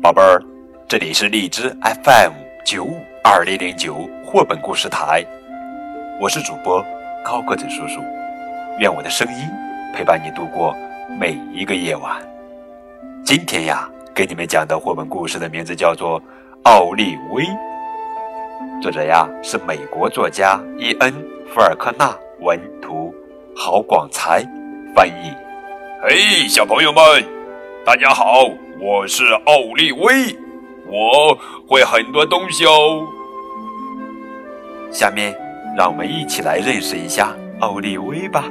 宝贝儿，这里是荔枝 FM952009 绘本故事台，我是主播高个子叔叔，愿我的声音陪伴你度过每一个夜晚。今天呀，给你们讲的绘本故事的名字叫做《奥利威》，作者呀是美国作家伊恩·福尔克纳文图，郝广才翻译。 嘿，小朋友们，大家好，我是奥利威，我会很多东西哦。 下面让我们一起来认识一下奥利威吧。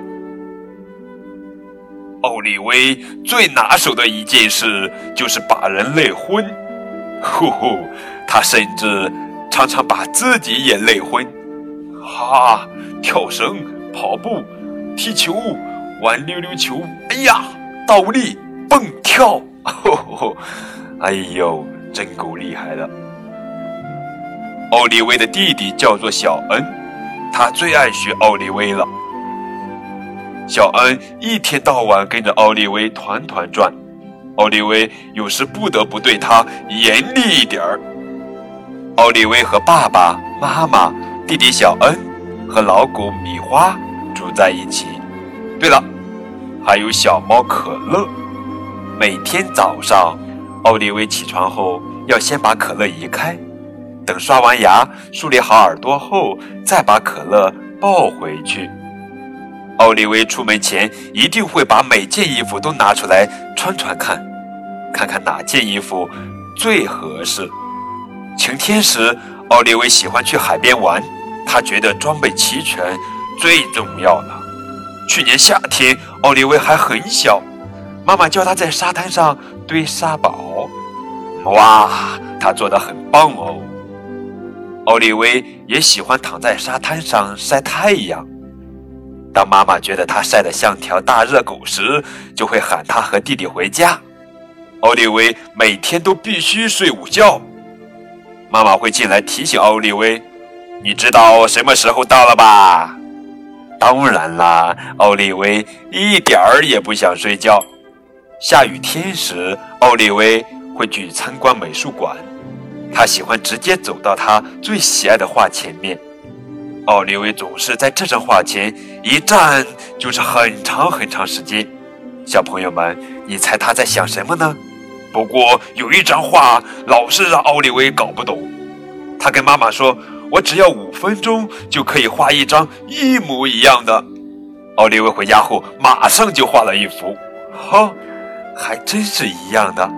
奥利威最拿手的一件事就是把人累昏， 他甚至常常把自己也累昏。 跳绳、跑步、踢球、玩溜溜球，哎呀，倒立、蹦跳， 哎呦，真够厉害的。 奥利威的弟弟叫做小恩，他最爱学奥利威了。小恩一天到晚跟着奥利威团团转，奥利威有时不得不对他严厉一点儿。 奥利威和爸爸妈妈、弟弟小恩和老狗米花住在一起。对了，还有小猫可乐。每天早上，奥利威起床后要先把可乐移开，等刷完牙、梳理好耳朵后，再把可乐抱回去。奥利威出门前一定会把每件衣服都拿出来穿穿看，看看哪件衣服最合适。晴天时，奥利威喜欢去海边玩，他觉得装备齐全最重要了。去年夏天，奥利威还很小，妈妈叫他在沙滩上堆沙堡。哇，他做得很棒哦。奥利威也喜欢躺在沙滩上晒太阳。当妈妈觉得他晒得像条大热狗时，就会喊他和弟弟回家。奥利威每天都必须睡午觉。妈妈会进来提醒奥利威，你知道什么时候到了吧？当然啦，奥利威一点儿也不想睡觉。下雨天时，奥利威会去参观美术馆，他喜欢直接走到他最喜爱的画前面。奥利威总是在这张画前一站就是很长很长时间。小朋友们，你猜他在想什么呢？ 不过有一张画老是让奥利威搞不懂。 他跟妈妈说，我只要5分钟就可以画一张一模一样的。奥利威回家后马上就画了一幅，还真是一样的。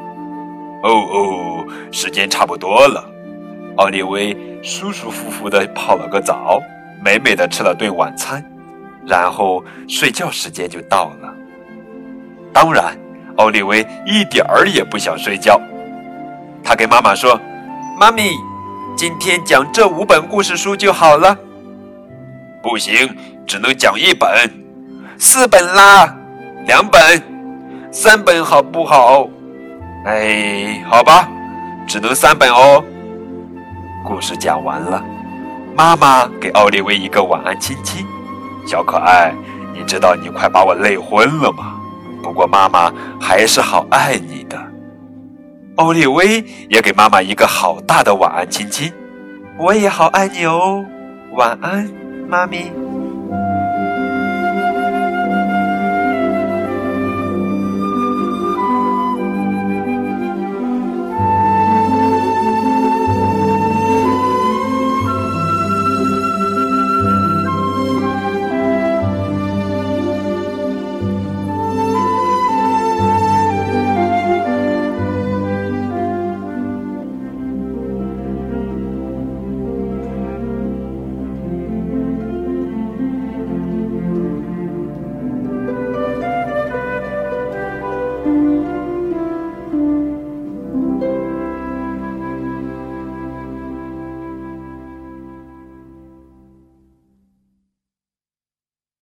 时间差不多了。奥利威舒舒服服地泡了个澡，美美地吃了顿晚餐，然后睡觉时间就到了。当然，奥利威一点儿也不想睡觉。他跟妈妈说，妈咪，今天讲这5本故事书就好了。 不行，只能讲1本。 4本啦，2本，3本好不好？好吧，只能3本哦。故事讲完了，妈妈给奥利威一个晚安亲亲。小可爱，你知道你快把我累昏了吗？不过妈妈还是好爱你的。奥利威也给妈妈一个好大的晚安亲亲。我也好爱你哦，晚安，妈咪。